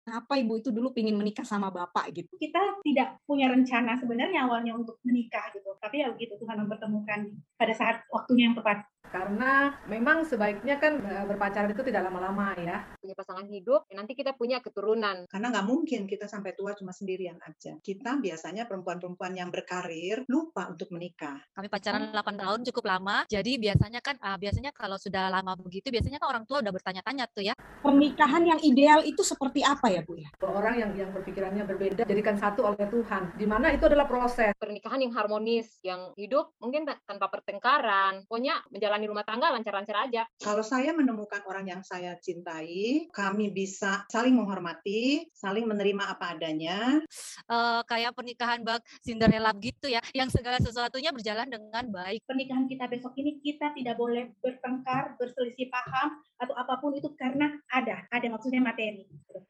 Kenapa ibu itu dulu pengen menikah sama bapak gitu? Kita tidak punya rencana sebenarnya awalnya untuk menikah gitu, tapi ya begitu Tuhan mempertemukan pada saat waktunya yang tepat. Karena memang sebaiknya kan berpacaran itu tidak lama-lama ya. Punya pasangan hidup, nanti kita punya keturunan. Karena nggak mungkin kita sampai tua cuma sendirian aja. Kita biasanya perempuan-perempuan yang berkarir lupa untuk menikah. Kami pacaran 8 tahun cukup lama, jadi biasanya kan biasanya kalau sudah lama begitu, biasanya kan orang tua udah bertanya-tanya tuh ya. Pernikahan yang ideal itu seperti apa ya Bu ya? Orang yang berpikirannya berbeda jadikan satu oleh Tuhan, di mana itu adalah proses. Pernikahan yang harmonis, yang hidup mungkin tanpa pertengkaran, pokoknya menjalani rumah tangga lancar-lancar aja. Kalau saya menemukan orang yang saya cintai, kami bisa saling menghormati, saling menerima apa adanya. Kayak pernikahan bak Cinderella gitu ya, yang segala sesuatunya berjalan dengan baik. Pernikahan kita besok ini kita tidak boleh bertengkar, berselisih paham atau apapun itu karena ada maksudnya materi.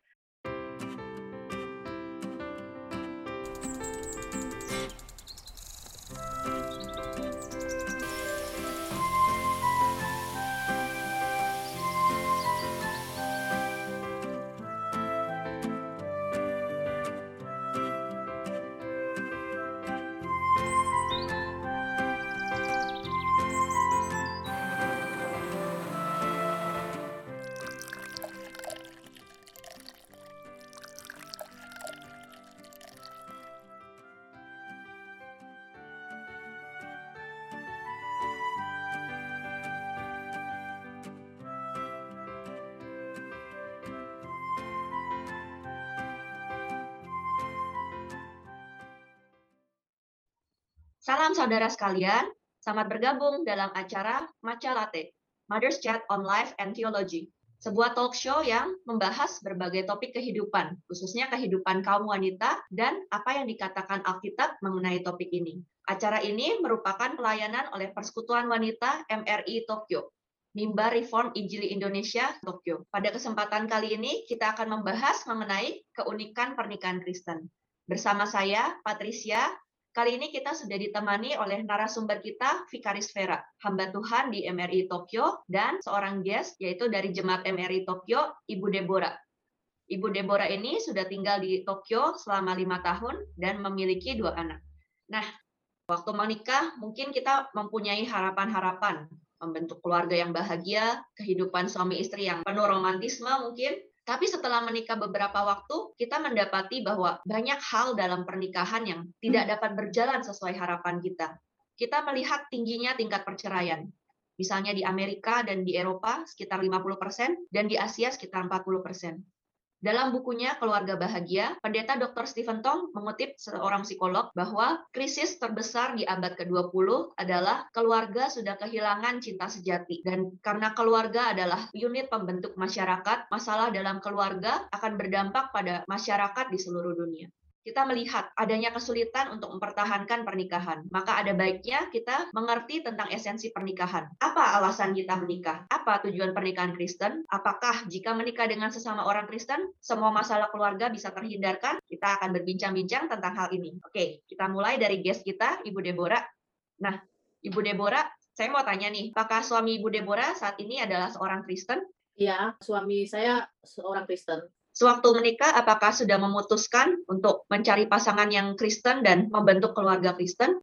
Salam saudara sekalian, selamat bergabung dalam acara Matcha Latte, Mother's Chat on Life and Theology, sebuah talk show yang membahas berbagai topik kehidupan, khususnya kehidupan kaum wanita dan apa yang dikatakan Alkitab mengenai topik ini. Acara ini merupakan pelayanan oleh Persekutuan Wanita MRI Tokyo, Mimbar Reform Injili Indonesia Tokyo. Pada kesempatan kali ini, kita akan membahas mengenai keunikan pernikahan Kristen. Bersama saya, Patricia. Kali ini kita sudah ditemani oleh narasumber kita, Vikaris Vera, hamba Tuhan di MRI Tokyo, dan seorang guest, yaitu dari Jemaat MRI Tokyo, Ibu Deborah. Ibu Deborah ini sudah tinggal di Tokyo selama 5 tahun dan memiliki 2 anak. Nah, waktu menikah, mungkin kita mempunyai harapan-harapan, membentuk keluarga yang bahagia, kehidupan suami istri yang penuh romantisme mungkin. Tapi setelah menikah beberapa waktu, kita mendapati bahwa banyak hal dalam pernikahan yang tidak dapat berjalan sesuai harapan kita. Kita melihat tingginya tingkat perceraian. Misalnya di Amerika dan di Eropa sekitar 50%, dan di Asia sekitar 40%. Dalam bukunya Keluarga Bahagia, Pendeta Dr. Stephen Tong mengutip seorang psikolog bahwa krisis terbesar di abad ke-20 adalah keluarga sudah kehilangan cinta sejati. Dan karena keluarga adalah unit pembentuk masyarakat, masalah dalam keluarga akan berdampak pada masyarakat di seluruh dunia. Kita melihat adanya kesulitan untuk mempertahankan pernikahan. Maka ada baiknya kita mengerti tentang esensi pernikahan. Apa alasan kita menikah? Apa tujuan pernikahan Kristen? Apakah jika menikah dengan sesama orang Kristen, semua masalah keluarga bisa terhindarkan? Kita akan berbincang-bincang tentang hal ini. Oke, kita mulai dari guest kita, Ibu Deborah. Nah, Ibu Deborah, saya mau tanya nih, apakah suami Ibu Deborah saat ini adalah seorang Kristen? Iya, suami saya seorang Kristen. Sewaktu menikah, apakah sudah memutuskan untuk mencari pasangan yang Kristen dan membentuk keluarga Kristen?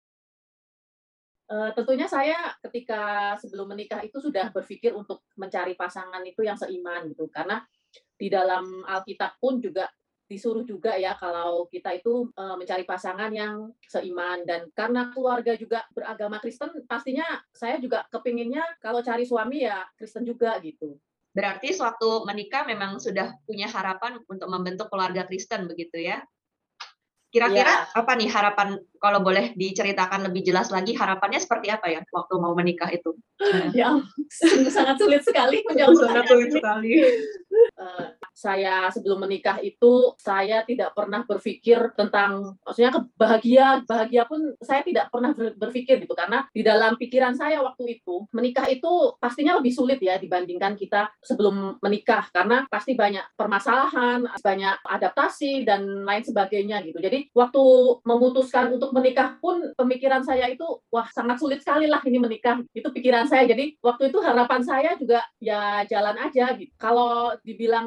Tentunya saya ketika sebelum menikah itu sudah berpikir untuk mencari pasangan itu yang seiman gitu. Karena di dalam Alkitab pun juga disuruh juga ya kalau kita itu mencari pasangan yang seiman. Dan karena keluarga juga beragama Kristen, pastinya saya juga kepinginnya kalau cari suami ya Kristen juga gitu. Berarti sewaktu menikah memang sudah punya harapan untuk membentuk keluarga Kristen begitu ya? Kira-kira apa nih harapan, kalau boleh diceritakan lebih jelas lagi, harapannya seperti apa ya waktu mau menikah itu? Ya, sangat sulit sekali menjawab. Sangat sulit sekali. Saya sebelum menikah itu saya tidak pernah berpikir tentang, maksudnya bahagia pun saya tidak pernah berpikir gitu, karena di dalam pikiran saya waktu itu menikah itu pastinya lebih sulit ya dibandingkan kita sebelum menikah, karena pasti banyak permasalahan, banyak adaptasi dan lain sebagainya gitu. Jadi waktu memutuskan untuk menikah pun pemikiran saya itu wah sangat sulit sekali lah ini menikah, itu pikiran saya. Jadi waktu itu harapan saya juga ya jalan aja gitu. Kalau dibilang waktu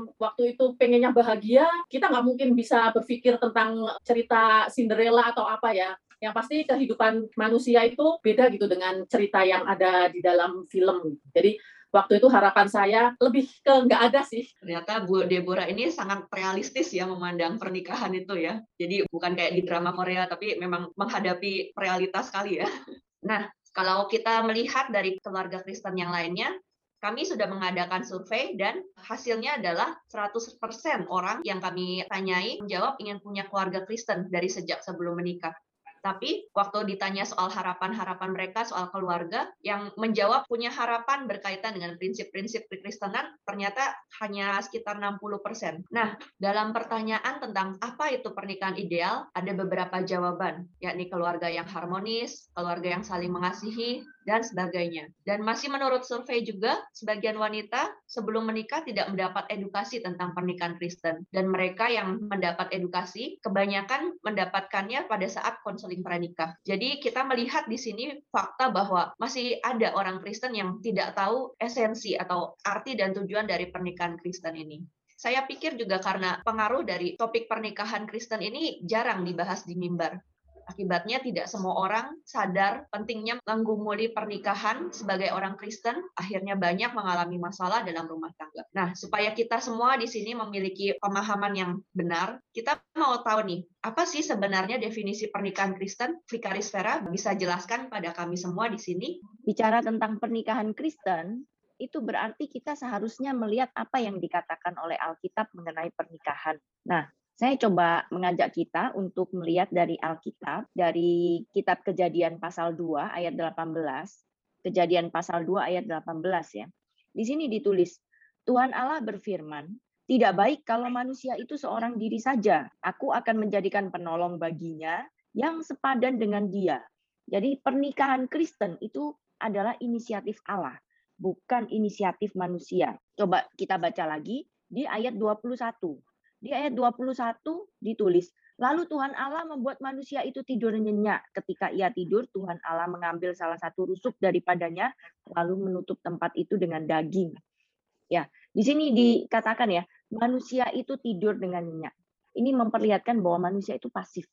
waktu itu pengennya bahagia, kita nggak mungkin bisa berpikir tentang cerita Cinderella atau apa ya. Yang pasti kehidupan manusia itu beda gitu dengan cerita yang ada di dalam film. Jadi waktu itu harapan saya lebih ke nggak ada sih. Ternyata Bu Deborah ini sangat realistis ya memandang pernikahan itu ya. Jadi bukan kayak di drama Korea, tapi memang menghadapi realitas sekali ya. Nah, kalau kita melihat dari keluarga Kristen yang lainnya, kami sudah mengadakan survei dan hasilnya adalah 100% orang yang kami tanyai menjawab ingin punya keluarga Kristen dari sejak sebelum menikah. Tapi waktu ditanya soal harapan-harapan mereka soal keluarga, yang menjawab punya harapan berkaitan dengan prinsip-prinsip kekristenan ternyata hanya sekitar 60%. Nah, dalam pertanyaan tentang apa itu pernikahan ideal, ada beberapa jawaban, yakni keluarga yang harmonis, keluarga yang saling mengasihi, dan sebagainya. Dan masih menurut survei juga, sebagian wanita sebelum menikah tidak mendapat edukasi tentang pernikahan Kristen. Dan mereka yang mendapat edukasi, kebanyakan mendapatkannya pada saat konseling pranikah. Jadi kita melihat di sini fakta bahwa masih ada orang Kristen yang tidak tahu esensi atau arti dan tujuan dari pernikahan Kristen ini. Saya pikir juga karena pengaruh dari topik pernikahan Kristen ini jarang dibahas di mimbar. Akibatnya tidak semua orang sadar pentingnya menggumuli pernikahan sebagai orang Kristen, akhirnya banyak mengalami masalah dalam rumah tangga. Nah, supaya kita semua di sini memiliki pemahaman yang benar, kita mau tahu nih, apa sih sebenarnya definisi pernikahan Kristen? Vikaris Vera bisa jelaskan pada kami semua di sini. Bicara tentang pernikahan Kristen, itu berarti kita seharusnya melihat apa yang dikatakan oleh Alkitab mengenai pernikahan. Nah, saya coba mengajak kita untuk melihat dari Alkitab, dari kitab Kejadian pasal 2 ayat 18. Kejadian pasal 2 ayat 18 ya. Di sini ditulis, Tuhan Allah berfirman, tidak baik kalau manusia itu seorang diri saja. Aku akan menjadikan penolong baginya yang sepadan dengan dia. Jadi pernikahan Kristen itu adalah inisiatif Allah, bukan inisiatif manusia. Coba kita baca lagi di ayat 21. Di ayat 21 ditulis, lalu Tuhan Allah membuat manusia itu tidur nyenyak. Ketika ia tidur, Tuhan Allah mengambil salah satu rusuk daripadanya, lalu menutup tempat itu dengan daging. Ya, di sini dikatakan ya, manusia itu tidur dengan nyenyak. Ini memperlihatkan bahwa manusia itu pasif.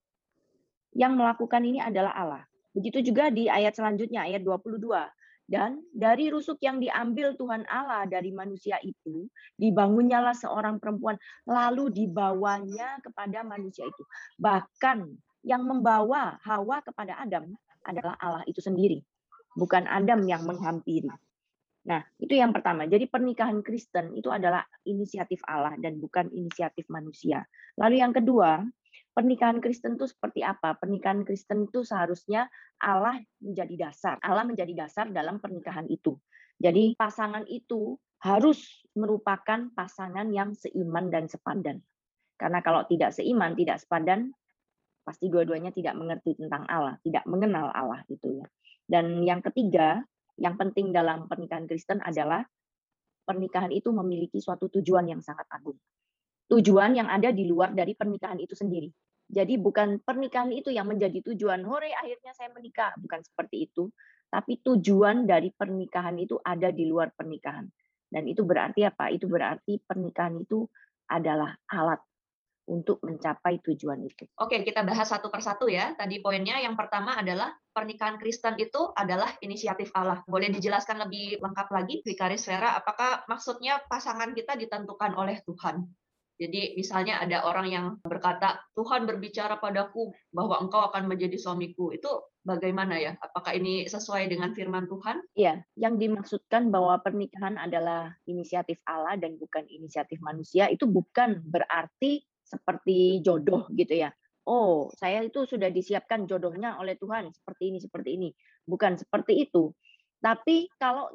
Yang melakukan ini adalah Allah. Begitu juga di ayat selanjutnya, ayat 22. Dan dari rusuk yang diambil Tuhan Allah dari manusia itu, dibangunnyalah seorang perempuan, lalu dibawanya kepada manusia itu. Bahkan yang membawa Hawa kepada Adam adalah Allah itu sendiri, bukan Adam yang menghampiri. Nah, itu yang pertama. Jadi pernikahan Kristen itu adalah inisiatif Allah dan bukan inisiatif manusia. Lalu yang kedua, pernikahan Kristen itu seperti apa? Pernikahan Kristen itu seharusnya Allah menjadi dasar. Allah menjadi dasar dalam pernikahan itu. Jadi pasangan itu harus merupakan pasangan yang seiman dan sepadan. Karena kalau tidak seiman, tidak sepadan, pasti dua-duanya tidak mengerti tentang Allah, tidak mengenal Allah gitu ya. Dan yang ketiga, yang penting dalam pernikahan Kristen adalah pernikahan itu memiliki suatu tujuan yang sangat agung. Tujuan yang ada di luar dari pernikahan itu sendiri. Jadi bukan pernikahan itu yang menjadi tujuan, hore akhirnya saya menikah, bukan seperti itu. Tapi tujuan dari pernikahan itu ada di luar pernikahan. Dan itu berarti apa? Itu berarti pernikahan itu adalah alat untuk mencapai tujuan itu. Oke, kita bahas satu persatu ya. Tadi poinnya yang pertama adalah pernikahan Kristen itu adalah inisiatif Allah. Boleh dijelaskan lebih lengkap lagi, Vikaris Vera, apakah maksudnya pasangan kita ditentukan oleh Tuhan? Jadi misalnya ada orang yang berkata, Tuhan berbicara padaku bahwa engkau akan menjadi suamiku. Itu bagaimana ya? Apakah ini sesuai dengan firman Tuhan? Iya, yang dimaksudkan bahwa pernikahan adalah inisiatif Allah dan bukan inisiatif manusia, itu bukan berarti seperti jodoh gitu ya. Oh, saya itu sudah disiapkan jodohnya oleh Tuhan, seperti ini. Bukan seperti itu. Tapi kalau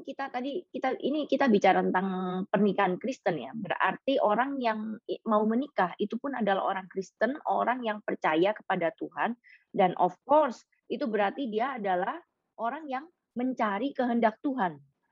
kita bicara tentang pernikahan Kristen ya, berarti orang yang mau menikah itu pun adalah orang Kristen, orang yang percaya kepada Tuhan, dan of course itu berarti dia adalah orang yang mencari kehendak Tuhan.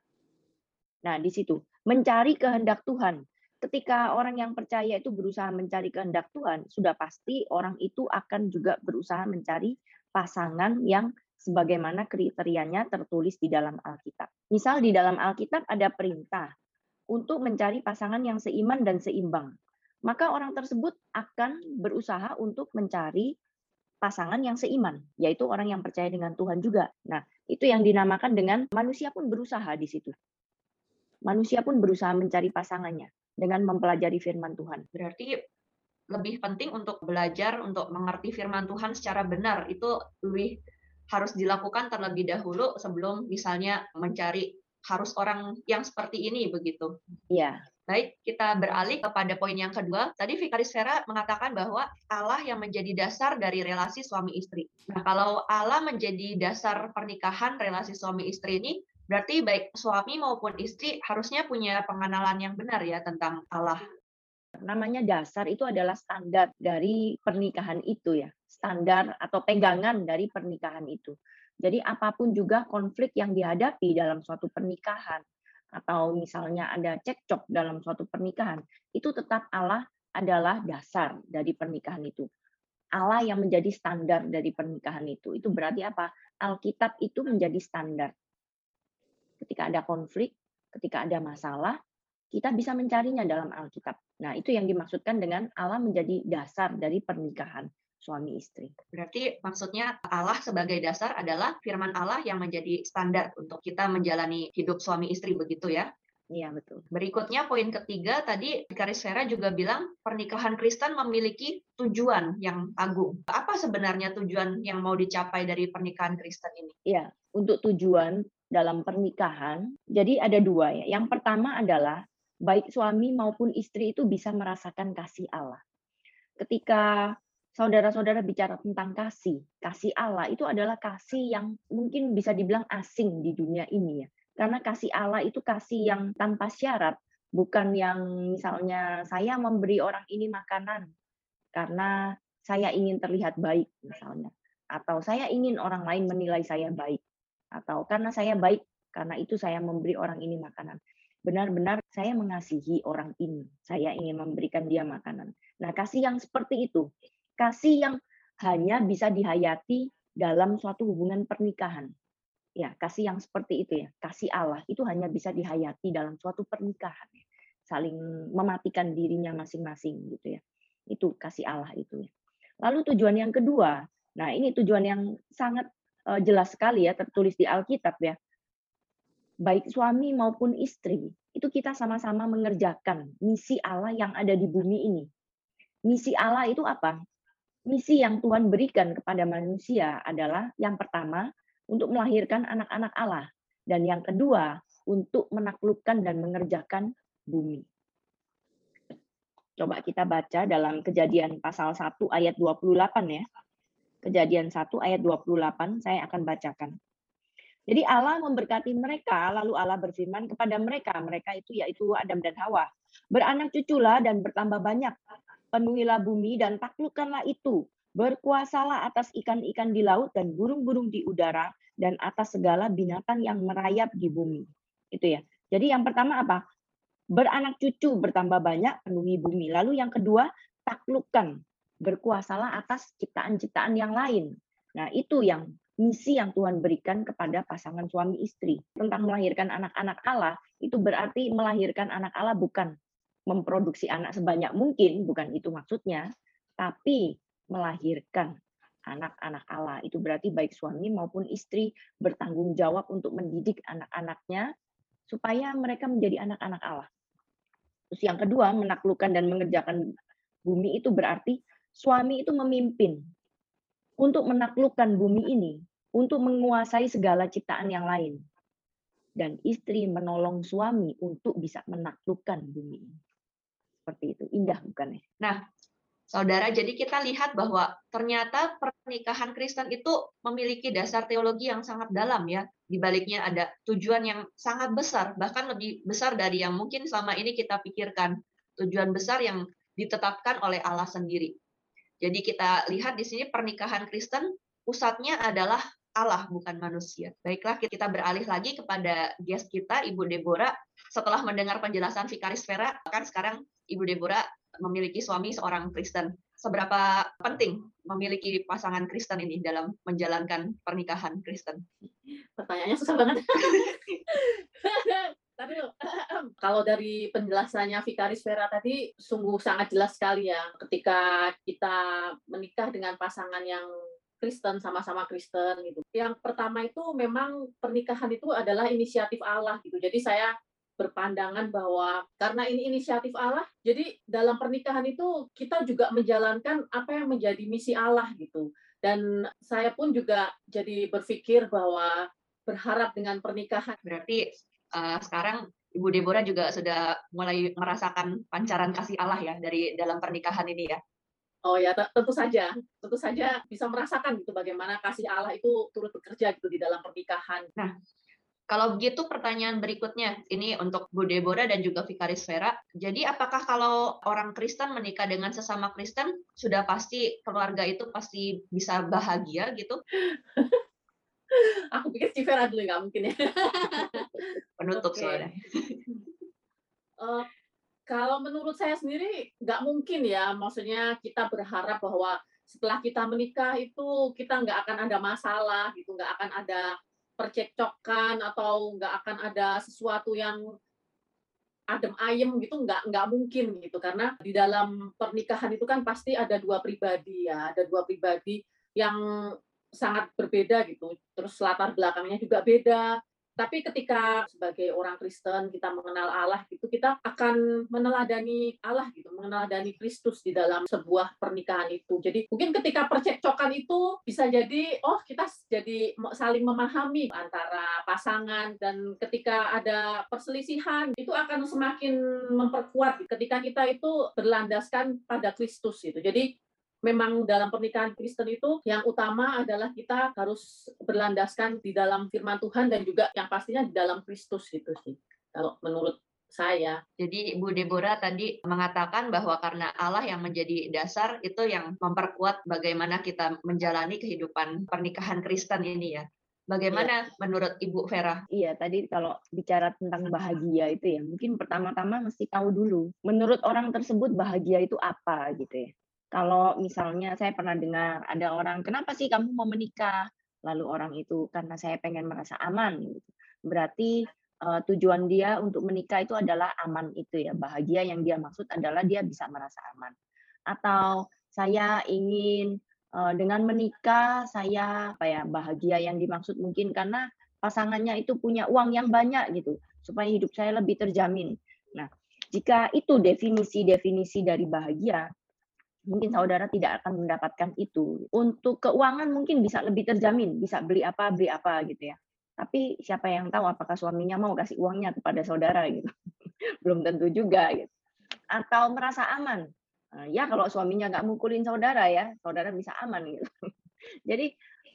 Nah, di situ mencari kehendak Tuhan. Ketika orang yang percaya itu berusaha mencari kehendak Tuhan, sudah pasti orang itu akan juga berusaha mencari pasangan yang sebagaimana kriterianya tertulis di dalam Alkitab. Misal di dalam Alkitab ada perintah untuk mencari pasangan yang seiman dan seimbang. Maka orang tersebut akan berusaha untuk mencari pasangan yang seiman, yaitu orang yang percaya dengan Tuhan juga. Nah, itu yang dinamakan dengan manusia pun berusaha di situ. Manusia pun berusaha mencari pasangannya dengan mempelajari firman Tuhan. Berarti lebih penting untuk belajar untuk mengerti firman Tuhan secara benar. Itu lebih harus dilakukan terlebih dahulu sebelum misalnya mencari harus orang yang seperti ini begitu. Iya. Baik, kita beralih kepada poin yang kedua. Tadi Vikaris Vera mengatakan bahwa Allah yang menjadi dasar dari relasi suami istri. Nah, kalau Allah menjadi dasar pernikahan relasi suami istri ini, berarti baik suami maupun istri harusnya punya pengenalan yang benar ya tentang Allah. Namanya dasar itu adalah standar dari pernikahan itu ya. Standar atau pegangan dari pernikahan itu. Jadi apapun juga konflik yang dihadapi dalam suatu pernikahan, atau misalnya ada cekcok dalam suatu pernikahan, itu tetap Allah adalah dasar dari pernikahan itu. Allah yang menjadi standar dari pernikahan itu. Itu berarti apa? Alkitab itu menjadi standar. Ketika ada konflik, ketika ada masalah, kita bisa mencarinya dalam Alkitab. Nah, itu yang dimaksudkan dengan Allah menjadi dasar dari pernikahan suami istri. Berarti maksudnya Allah sebagai dasar adalah firman Allah yang menjadi standar untuk kita menjalani hidup suami istri begitu ya? Iya, betul. Berikutnya poin ketiga tadi Vikaris Vera juga bilang pernikahan Kristen memiliki tujuan yang agung. Apa sebenarnya tujuan yang mau dicapai dari pernikahan Kristen ini? Iya, untuk tujuan dalam pernikahan, jadi ada dua ya. Yang pertama adalah baik suami maupun istri itu bisa merasakan kasih Allah. Ketika saudara-saudara bicara tentang kasih Allah itu adalah kasih yang mungkin bisa dibilang asing di dunia ini ya. Karena kasih Allah itu kasih yang tanpa syarat, bukan yang misalnya saya memberi orang ini makanan karena saya ingin terlihat baik misalnya, atau saya ingin orang lain menilai saya baik, atau karena saya baik, karena itu saya memberi orang ini makanan. Benar-benar saya mengasihi orang ini, saya ingin memberikan dia makanan. Nah, kasih yang seperti itu, kasih yang hanya bisa dihayati dalam suatu hubungan pernikahan. Ya, kasih yang seperti itu ya, kasih Allah itu hanya bisa dihayati dalam suatu pernikahan. Saling mematikan dirinya masing-masing gitu ya. Itu kasih Allah itu ya. Lalu tujuan yang kedua, nah ini tujuan yang sangat jelas sekali ya, tertulis di Alkitab ya. Baik suami maupun istri, itu kita sama-sama mengerjakan misi Allah yang ada di bumi ini. Misi Allah itu apa? Misi yang Tuhan berikan kepada manusia adalah yang pertama, untuk melahirkan anak-anak Allah. Dan yang kedua, untuk menaklukkan dan mengerjakan bumi. Coba kita baca dalam Kejadian pasal 1 ayat 28 ya. Kejadian 1 ayat 28, saya akan bacakan. Jadi Allah memberkati mereka, lalu Allah berfirman kepada mereka, mereka itu yaitu Adam dan Hawa. Beranak cuculah dan bertambah banyak. Penuhilah bumi dan taklukkanlah itu. Berkuasalah atas ikan-ikan di laut dan burung-burung di udara dan atas segala binatang yang merayap di bumi. Itu ya. Jadi yang pertama apa? Beranak cucu bertambah banyak, penuhi bumi. Lalu yang kedua, taklukkan. Berkuasalah atas ciptaan-ciptaan yang lain. Nah, itu yang misi yang Tuhan berikan kepada pasangan suami istri. Tentang melahirkan anak-anak Allah, itu berarti melahirkan anak Allah bukan memproduksi anak sebanyak mungkin, bukan itu maksudnya, tapi melahirkan anak-anak Allah. Itu berarti baik suami maupun istri bertanggung jawab untuk mendidik anak-anaknya supaya mereka menjadi anak-anak Allah. Terus yang kedua, menaklukkan dan mengerjakan bumi itu berarti suami itu memimpin untuk menaklukkan bumi ini, untuk menguasai segala ciptaan yang lain. Dan istri menolong suami untuk bisa menaklukkan bumi ini. Seperti itu. Indah bukan ya? Nah, saudara, jadi kita lihat bahwa ternyata pernikahan Kristen itu memiliki dasar teologi yang sangat dalam ya. Di baliknya ada tujuan yang sangat besar, bahkan lebih besar dari yang mungkin selama ini kita pikirkan. Tujuan besar yang ditetapkan oleh Allah sendiri. Jadi kita lihat di sini pernikahan Kristen pusatnya adalah Allah, bukan manusia. Baiklah, kita beralih lagi kepada guest kita, Ibu Deborah. Setelah mendengar penjelasan Vikaris Vera, kan sekarang Ibu Deborah memiliki suami seorang Kristen. Seberapa penting memiliki pasangan Kristen ini dalam menjalankan pernikahan Kristen? Pertanyaannya susah banget. Tapi kalau dari penjelasannya Vikaris Vera tadi sungguh sangat jelas sekali ya, ketika kita menikah dengan pasangan yang Kristen, sama-sama Kristen gitu. Yang pertama itu memang pernikahan itu adalah inisiatif Allah gitu. Jadi saya berpandangan bahwa karena ini inisiatif Allah, jadi dalam pernikahan itu kita juga menjalankan apa yang menjadi misi Allah gitu. Dan saya pun juga jadi berpikir bahwa berharap dengan pernikahan. Berarti sekarang Ibu Deborah juga sudah mulai merasakan pancaran kasih Allah ya dari dalam pernikahan ini ya. Oh ya, tentu saja bisa merasakan gitu bagaimana kasih Allah itu turut bekerja gitu di dalam pernikahan. Nah, kalau begitu pertanyaan berikutnya ini untuk Bu Deborah dan juga Vikaris Vera. Jadi apakah kalau orang Kristen menikah dengan sesama Kristen sudah pasti keluarga itu pasti bisa bahagia gitu? Aku pikir si Vera dulu, nggak mungkin ya. Penutup soalnya. Kalau menurut saya sendiri nggak mungkin ya, maksudnya kita berharap bahwa setelah kita menikah itu kita nggak akan ada masalah gitu, nggak akan ada percekcokan atau nggak akan ada sesuatu yang adem ayem gitu, nggak mungkin gitu, karena di dalam pernikahan itu kan pasti ada dua pribadi ya, ada dua pribadi yang sangat berbeda gitu, terus latar belakangnya juga beda. Tapi ketika sebagai orang Kristen kita mengenal Allah gitu, kita akan meneladani Allah gitu, meneladani Kristus di dalam sebuah pernikahan itu. Jadi mungkin ketika percekcokan itu bisa jadi, kita jadi saling memahami antara pasangan, dan ketika ada perselisihan itu akan semakin memperkuat ketika kita itu berlandaskan pada Kristus gitu. Jadi memang dalam pernikahan Kristen itu yang utama adalah kita harus berlandaskan di dalam firman Tuhan dan juga yang pastinya di dalam Kristus gitu sih, kalau menurut saya. Jadi Ibu Deborah tadi mengatakan bahwa karena Allah yang menjadi dasar itu yang memperkuat bagaimana kita menjalani kehidupan pernikahan Kristen ini ya. Bagaimana menurut Ibu Vera? Iya, tadi kalau bicara tentang bahagia itu ya, mungkin pertama-tama mesti tahu dulu, menurut orang tersebut bahagia itu apa gitu ya. Kalau misalnya saya pernah dengar ada orang, kenapa sih kamu mau menikah? Lalu orang itu, karena saya pengen merasa aman. Gitu. Berarti tujuan dia untuk menikah itu adalah aman itu ya. Bahagia yang dia maksud adalah dia bisa merasa aman. Atau saya ingin dengan menikah, saya bahagia yang dimaksud mungkin karena pasangannya itu punya uang yang banyak gitu. Supaya hidup saya lebih terjamin. Nah, jika itu definisi dari bahagia, mungkin saudara tidak akan mendapatkan itu. Untuk keuangan mungkin bisa lebih terjamin, bisa beli apa gitu ya. Tapi siapa yang tahu apakah suaminya mau kasih uangnya kepada saudara gitu. Belum tentu juga gitu. Atau merasa aman. Ya kalau suaminya nggak mukulin saudara ya, saudara bisa aman gitu. Jadi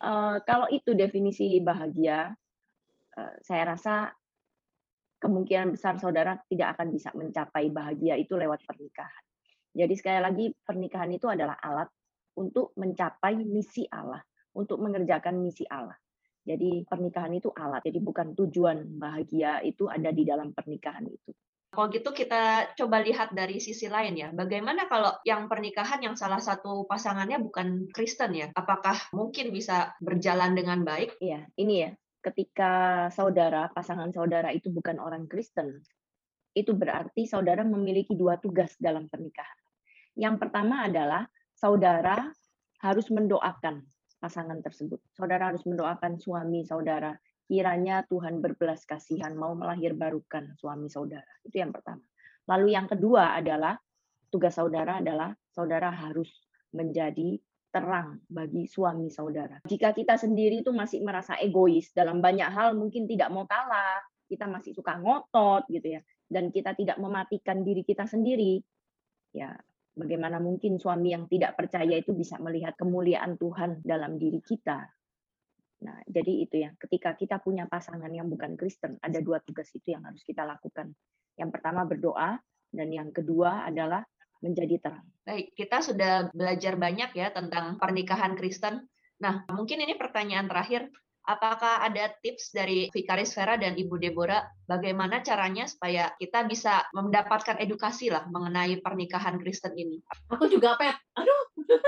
kalau itu definisi bahagia, saya rasa kemungkinan besar saudara tidak akan bisa mencapai bahagia itu lewat pernikahan. Jadi sekali lagi pernikahan itu adalah alat untuk mencapai misi Allah, untuk mengerjakan misi Allah. Jadi pernikahan itu alat, jadi bukan tujuan bahagia itu ada di dalam pernikahan itu. Kalau gitu kita coba lihat dari sisi lain ya. Bagaimana kalau yang pernikahan yang salah satu pasangannya bukan Kristen ya? Apakah mungkin bisa berjalan dengan baik? Iya, ini ya. Ketika pasangan saudara itu bukan orang Kristen, itu berarti saudara memiliki dua tugas dalam pernikahan. Yang pertama adalah saudara harus mendoakan pasangan tersebut. Saudara harus mendoakan suami saudara. Kiranya Tuhan berbelas kasihan mau melahirbarukan suami saudara. Itu yang pertama. Lalu yang kedua adalah tugas saudara adalah saudara harus menjadi terang bagi suami saudara. Jika kita sendiri itu masih merasa egois dalam banyak hal, mungkin tidak mau kalah, kita masih suka ngotot gitu ya, dan kita tidak mematikan diri kita sendiri, ya bagaimana mungkin suami yang tidak percaya itu bisa melihat kemuliaan Tuhan dalam diri kita. Nah, jadi itu ya, ketika kita punya pasangan yang bukan Kristen, ada dua tugas itu yang harus kita lakukan. Yang pertama berdoa, dan yang kedua adalah menjadi terang. Baik, kita sudah belajar banyak ya tentang pernikahan Kristen. Nah, mungkin ini pertanyaan terakhir. Apakah ada tips dari Vikaris Vera dan Ibu Deborah bagaimana caranya supaya kita bisa mendapatkan edukasi lah mengenai pernikahan Kristen ini? Aku juga, Pet. Aduh.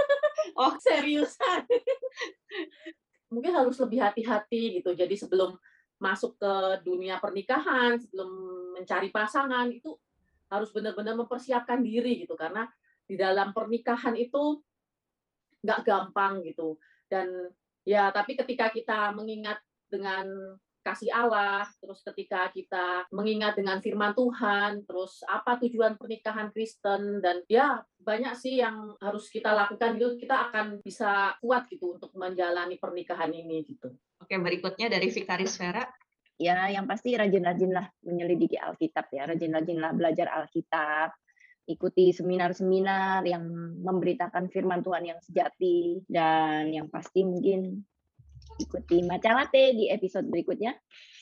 Oh, seriusan. Mungkin harus lebih hati-hati gitu. Jadi sebelum masuk ke dunia pernikahan, sebelum mencari pasangan, itu harus benar-benar mempersiapkan diri gitu, karena di dalam pernikahan itu nggak gampang gitu. Dan ya, tapi ketika kita mengingat dengan kasih Allah, terus ketika kita mengingat dengan firman Tuhan, terus apa tujuan pernikahan Kristen, dan ya banyak sih yang harus kita lakukan gitu, kita akan bisa kuat gitu untuk menjalani pernikahan ini gitu. Oke, berikutnya dari Victaris Vera. Ya, yang pasti rajin-rajinlah menyelidiki Alkitab ya, rajin-rajinlah belajar Alkitab, ikuti seminar-seminar yang memberitakan firman Tuhan yang sejati, dan yang pasti mungkin ikuti Matcha Latte di episode berikutnya.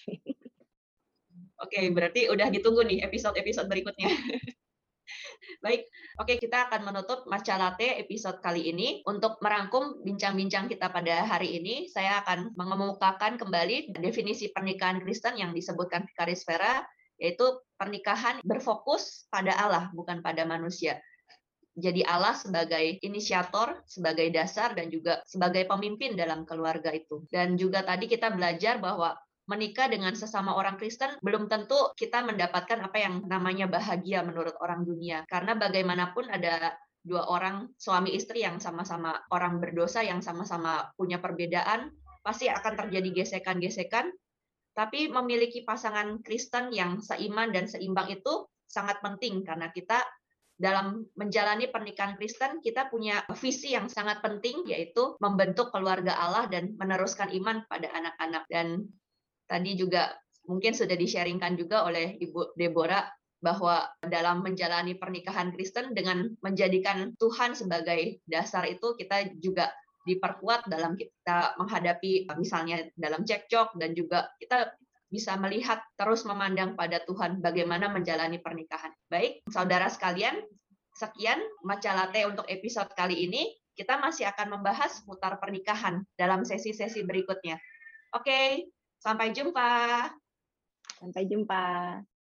Oke, berarti udah ditunggu nih episode-episode berikutnya. Baik, oke, kita akan menutup Matcha Latte episode kali ini. Untuk merangkum bincang-bincang kita pada hari ini, saya akan mengemukakan kembali definisi pernikahan Kristen yang disebutkan Victaris Vera, yaitu pernikahan berfokus pada Allah, bukan pada manusia. Jadi Allah sebagai inisiator, sebagai dasar, dan juga sebagai pemimpin dalam keluarga itu. Dan juga tadi kita belajar bahwa menikah dengan sesama orang Kristen belum tentu kita mendapatkan apa yang namanya bahagia menurut orang dunia. Karena bagaimanapun ada dua orang suami istri yang sama-sama orang berdosa, yang sama-sama punya perbedaan, pasti akan terjadi gesekan-gesekan. Tapi memiliki pasangan Kristen yang seiman dan seimbang itu sangat penting, karena kita dalam menjalani pernikahan Kristen, kita punya visi yang sangat penting, yaitu membentuk keluarga Allah dan meneruskan iman pada anak-anak. Dan tadi juga mungkin sudah di-sharingkan juga oleh Ibu Deborah, bahwa dalam menjalani pernikahan Kristen dengan menjadikan Tuhan sebagai dasar itu, kita juga diperkuat dalam kita menghadapi misalnya dalam cekcok, dan juga kita bisa melihat terus memandang pada Tuhan bagaimana menjalani pernikahan. Baik, saudara sekalian, sekian Matcha Latte untuk episode kali ini. Kita masih akan membahas seputar pernikahan dalam sesi-sesi berikutnya. Oke, sampai jumpa. Sampai jumpa.